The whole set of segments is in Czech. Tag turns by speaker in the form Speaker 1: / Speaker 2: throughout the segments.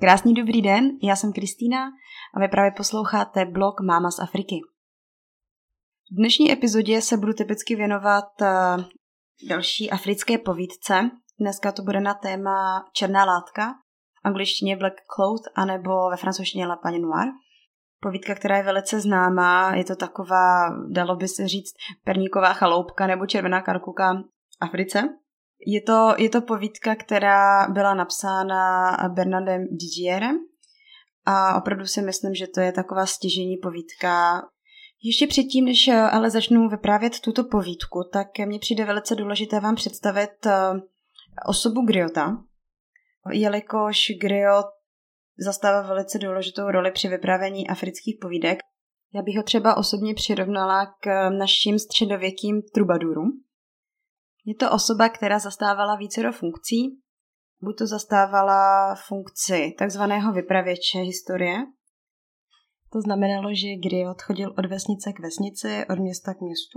Speaker 1: Krásný dobrý den, já jsem Kristýna a vy právě posloucháte blog Máma z Afriky. V dnešní epizodě se budu typicky věnovat další africké povídce. Dneska to bude na téma Černá látka, v angličtině Black Cloth, anebo ve francouzštině La Panne Noire. Povídka, která je velice známá, je to taková, dalo by se říct, perníková chaloupka nebo červená karkulka v Africe. Je to povídka, která byla napsána Bernardem Didierem a opravdu si myslím, že to je taková stěžejní povídka. Ještě předtím, než ale začnu vyprávět tuto povídku, tak mně přijde velice důležité vám představit osobu Griota, jelikož Griot zastává velice důležitou roli při vyprávění afrických povídek. Já bych ho třeba osobně přirovnala k našim středověkým trubadurům. Je to osoba, která zastávala vícero funkcí. Buď to zastávala funkci takzvaného vypravěče historie. To znamenalo, že Griot chodil od vesnice k vesnici, od města k městu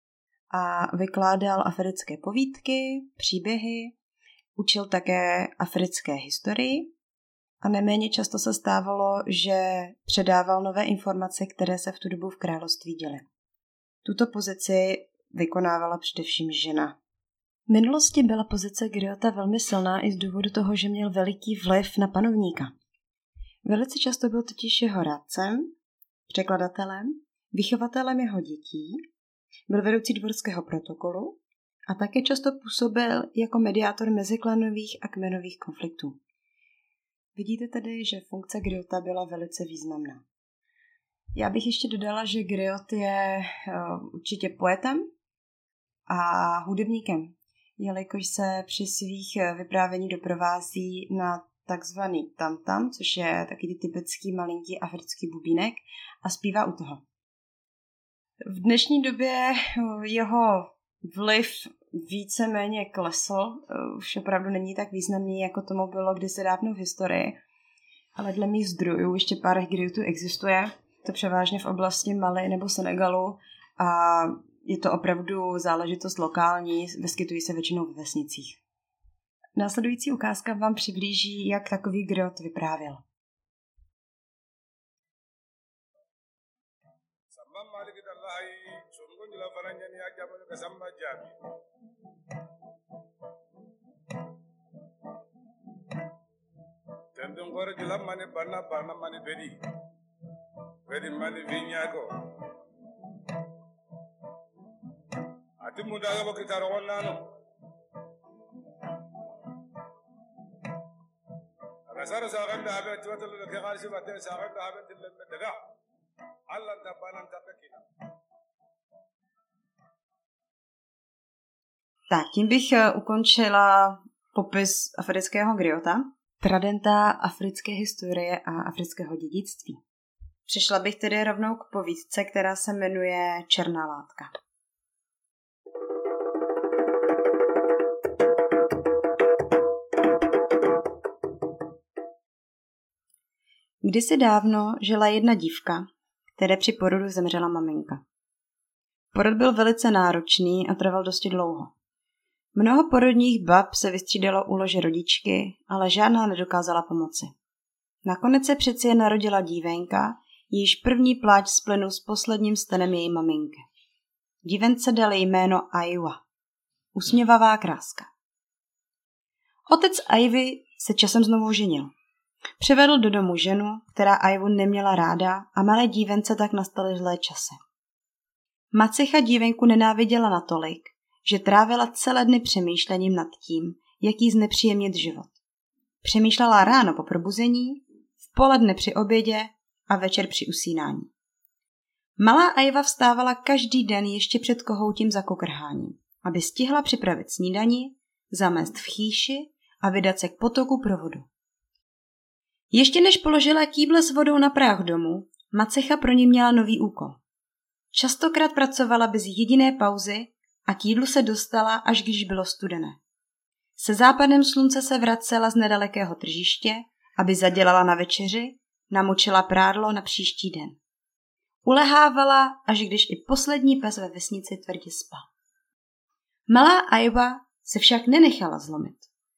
Speaker 1: a vykládal africké povídky, příběhy, učil také africké historii a neméně často se stávalo, že předával nové informace, které se v tu dobu v království děly. Tuto pozici vykonávala především žena. V minulosti byla pozice Griota velmi silná i z důvodu toho, že měl veliký vliv na panovníka. Velice často byl totiž jeho rádcem, překladatelem, vychovatelem jeho dětí, byl vedoucí dvorského protokolu a také často působil jako mediátor meziklanových a kmenových konfliktů. Vidíte tedy, že funkce Griota byla velice významná. Já bych ještě dodala, že Griot je určitě poetem a hudebníkem, jelikož se při svých vyprávěních doprovází na takzvaný tam-tam, což je taky typický malinký africký bubínek a zpívá u toho. V dnešní době jeho vliv víceméně klesl, už opravdu není tak významný, jako tomu bylo kdysi dávno v historii, ale dle mých zdrojů ještě pár Griotů existuje, to převážně v oblasti Mali nebo Senegalu a je to opravdu záležitost lokální, vyskytují se většinou v vesnicích. Následující ukázka vám přiblíží, jak takový Griot vyprávěl. Tak, tím bych ukončila popis afrického Griota, tradenta africké historie a afrického dědictví. Přišla bych tedy rovnou k povídce, která se jmenuje Černá látka. Kdysi dávno žila jedna dívka, které při porodu zemřela maminka. Porod byl velice náročný a trval dosti dlouho. Mnoho porodních bab se vystřídalo u lože rodičky, ale žádná nedokázala pomoci. Nakonec se přeci jen narodila dívenka, jejíž první pláč splynul s posledním stenem její maminky. Dívence dali jméno Aiwa, usměvavá kráska. Otec Aivy se časem znovu ženil. Přivedl do domu ženu, která Aivu neměla ráda a malé dívence tak nastaly zlé časy. Macicha dívenku nenáviděla natolik, že trávila celé dny přemýšlením nad tím, jak jí znepříjemnit život. Přemýšlela ráno po probuzení, v poledne při obědě a večer při usínání. Malá Aiva vstávala každý den ještě před kohoutím za kokrháním, aby stihla připravit snídani, zamést v chýši a vydat se k potoku pro vodu. Ještě než položila kýble s vodou na práh domu, macecha pro ní měla nový úkol. Častokrát pracovala bez jediné pauzy a k jídlu se dostala, až když bylo studené. Se západem slunce se vracela z nedalekého tržiště, aby zadělala na večeři, namočila prádlo na příští den. Ulehávala, až když i poslední pes ve vesnici tvrdě spal. Malá Aiva se však nenechala zlomit.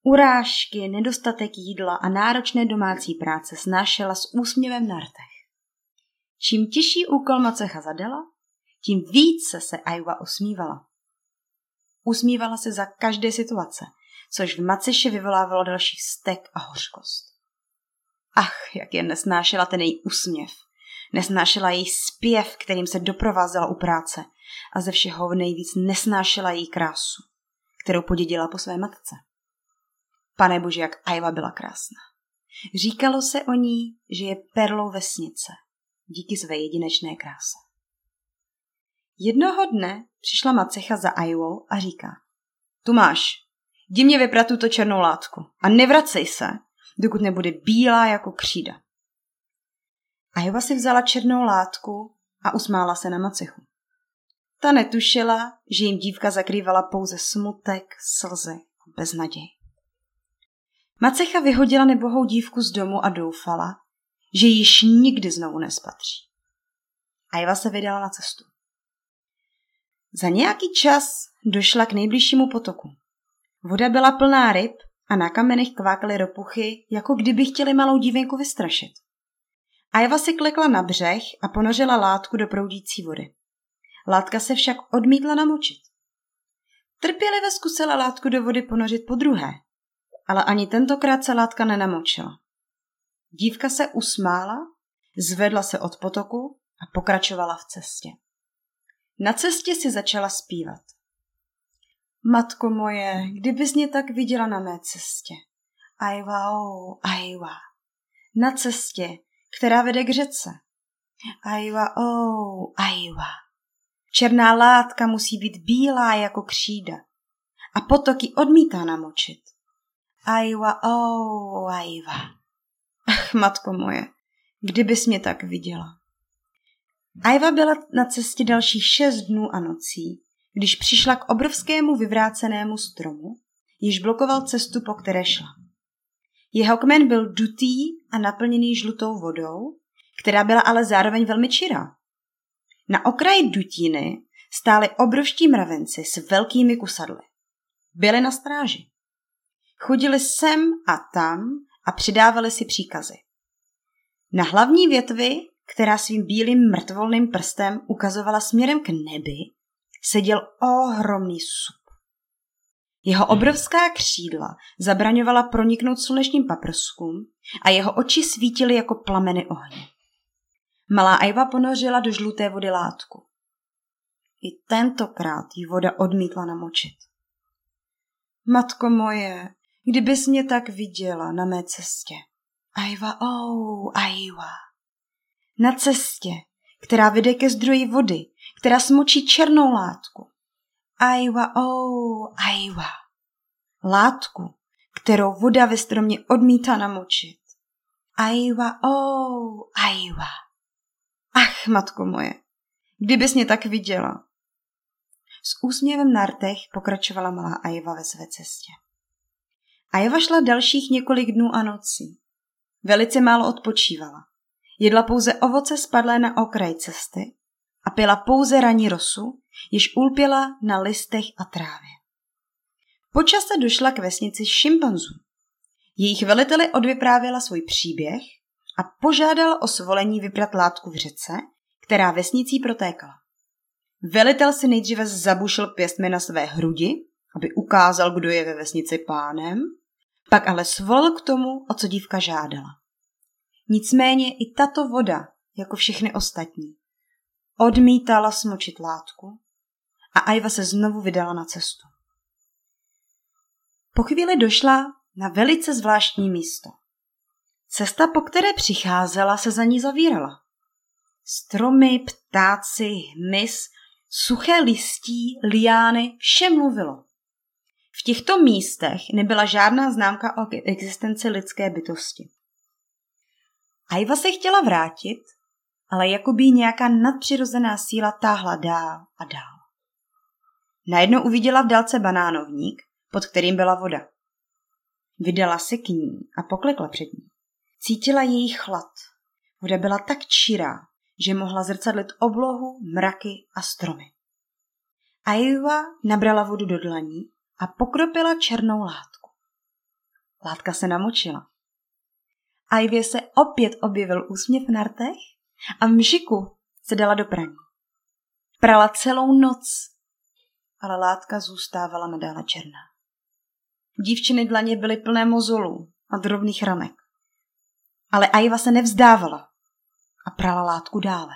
Speaker 1: Urážky, nedostatek jídla a náročné domácí práce snášela s úsměvem na rtech. Čím těžší úkol Macecha zadala, tím více se Aiwa usmívala. Usmívala se za každé situace, což v Maceši vyvolávalo další vztek a hořkost. Ach, jak jen nesnášela ten její úsměv. Nesnášela její zpěv, kterým se doprovázela u práce, a ze všeho nejvíc nesnášela její krásu, kterou podědila po své matce. Pane bože, jak Aiwa byla krásná. Říkalo se o ní, že je perlou vesnice, díky své jedinečné kráse. Jednoho dne přišla Macecha za Aiwou a říká: Tu máš, jdi mě vyprat tuto černou látku a nevracej se, dokud nebude bílá jako křída. Aiwa si vzala černou látku a usmála se na Macechu. Ta netušila, že jim dívka zakrývala pouze smutek, slzy a beznaděj. Macecha vyhodila nebohou dívku z domu a doufala, že již nikdy znovu nespatří. Aiwa se vydala na cestu. Za nějaký čas došla k nejbližšímu potoku. Voda byla plná ryb a na kamenech kvákaly ropuchy, jako kdyby chtěli malou dívenku vystrašit. Aiwa si klekla na břeh a ponořila látku do proudící vody. Látka se však odmítla namočit. Trpělivě zkusila látku do vody ponořit podruhé, ale ani tentokrát se látka nenamočila. Dívka se usmála, zvedla se od potoku a pokračovala v cestě. Na cestě si začala zpívat. Matko moje, kdybys mě tak viděla na mé cestě. Aiwa, oh, Aiwa. Na cestě, která vede k řece. Aiwa, oh, Aiwa. Černá látka musí být bílá jako křída a potoky odmítá namočit. Aiwa, oh, Aiwa. Ach, matko moje, kdybys mě tak viděla. Aiwa byla na cestě dalších 6 dnů a nocí, když přišla k obrovskému vyvrácenému stromu, již blokoval cestu, po které šla. Jeho kmen byl dutý a naplněný žlutou vodou, která byla ale zároveň velmi čirá. Na okraji dutiny stáli obrovští mravenci s velkými kusadly. Byli na stráži. Chodili sem a tam a přidávali si příkazy. Na hlavní větvi, která svým bílým mrtvolným prstem ukazovala směrem k nebi, seděl ohromný sup. Jeho obrovská křídla zabraňovala proniknout slunečním paprskům a jeho oči svítily jako plameny ohně. Malá Aiwa ponořila do žluté vody látku. I tentokrát ji voda odmítla namočit. Matko moje, kdybys mě tak viděla na mé cestě. Aiwa, oh, Aiwa. Na cestě, která vede ke zdroji vody, která smočí černou látku. Aiwa, oh, Aiwa. Látku, kterou voda ve stromě odmítá namočit. Aiwa, oh, Aiwa. Ach, matko moje, kdybys mě tak viděla. S úsměvem na rtech pokračovala malá Aiwa ve své cestě. Aiwa šla dalších několik dnů a nocí. Velice málo odpočívala. Jedla pouze ovoce spadlé na okraj cesty a pila pouze ranní rosu, již ulpěla na listech a trávě. Po čase došla k vesnici šimpanzů. Jejich veliteli odvyprávěla svůj příběh a požádala o svolení vyprat látku v řece, která vesnicí protékala. Velitel si nejdříve zabušil pěstmi na své hrudi, aby ukázal, kdo je ve vesnici pánem, pak ale svolil k tomu, o co dívka žádala. Nicméně i tato voda, jako všechny ostatní, odmítala smočit látku a Aiwa se znovu vydala na cestu. Po chvíli došla na velice zvláštní místo. Cesta, po které přicházela, se za ní zavírala. Stromy, ptáci, hmyz, suché listí, liány, vše mluvilo. V těchto místech nebyla žádná známka o existenci lidské bytosti. Aiwa se chtěla vrátit, ale jako by nějaká nadpřirozená síla táhla dál a dál. Najednou uviděla v dálce banánovník, pod kterým byla voda. Vydala se k ní a poklekla před ní. Cítila její chlad. Voda byla tak čirá, že mohla zrcadlit oblohu, mraky a stromy. Aiwa nabrala vodu do dlaní a pokropila černou látku. Látka se namočila. Ivě se opět objevil úsměv na rtech a v mžiku se dala do praní. Prala celou noc, ale látka zůstávala nadále černá. Dívčiny dlaně byly plné mozolů a drobných ranek. Ale Iva se nevzdávala a prala látku dále.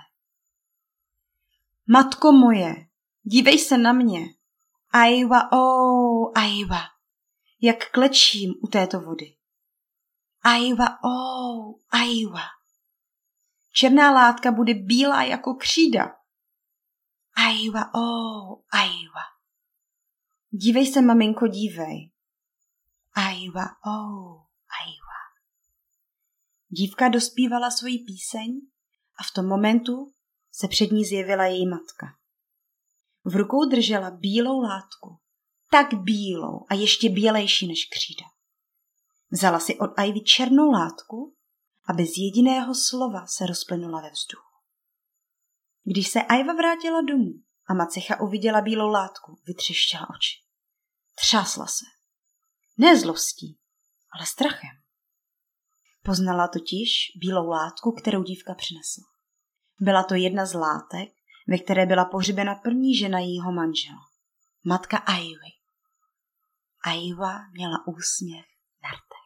Speaker 1: Matko moje, dívej se na mě. Iva, Iva, jak klečím u této vody. Iva, Iva. Černá látka bude bílá jako křída. Iva, Iva. Dívej se, maminko, dívej. Iva, Iva. Dívka dospívala svoji píseň a v tom momentu se před ní zjevila její matka. V rukou držela bílou látku, tak bílou a ještě bělejší než křída. Vzala si od Ivy černou látku a bez jediného slova se rozplynula ve vzduchu. Když se Iva vrátila domů a macecha uviděla bílou látku, vytřeštěla oči. Třásla se. Ne zlostí, ale strachem. Poznala totiž bílou látku, kterou dívka přinesla. Byla to jedna z látek, ve které byla pohřbena první žena jejího manžela. Matka Ivy. Iva měla úsměv na rtech.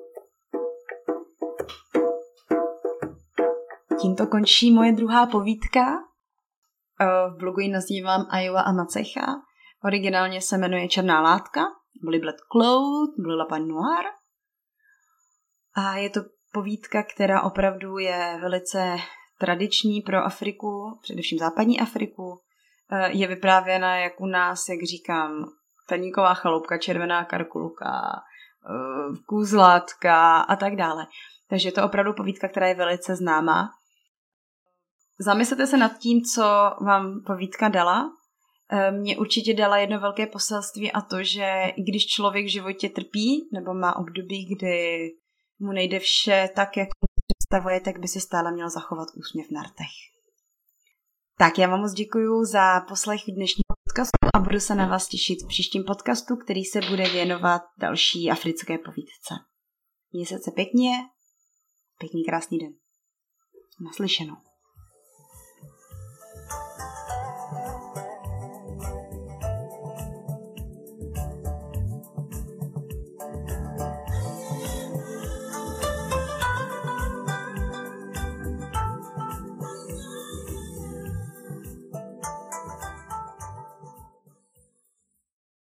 Speaker 1: Tímto končí moje druhá povídka. V blogu ji nazývám Iva a macecha. Originálně se jmenuje Černá látka, Bleu Blanc Cloud, Bleu Lapin Noir. A je to povídka, která opravdu je velice tradiční pro Afriku, především západní Afriku. Je vyprávěna jak u nás, jak říkám, Taníková chaloupka, Červená karkulka, Kůzlátka a tak dále. Takže je to opravdu povídka, která je velice známá. Zamyslete se nad tím, co vám povídka dala. Mně určitě dala jedno velké poselství a to, že i když člověk v životě trpí nebo má období, kdy mu nejde vše tak, jak představuje, tak by si stále měl zachovat úsměv na rtech. Tak já vám moc děkuju za poslech dnešního podcastu a budu se na vás těšit v příštím podcastu, který se bude věnovat další africké povídce. Mějte se pěkně, pěkný krásný den. Naslyšenou.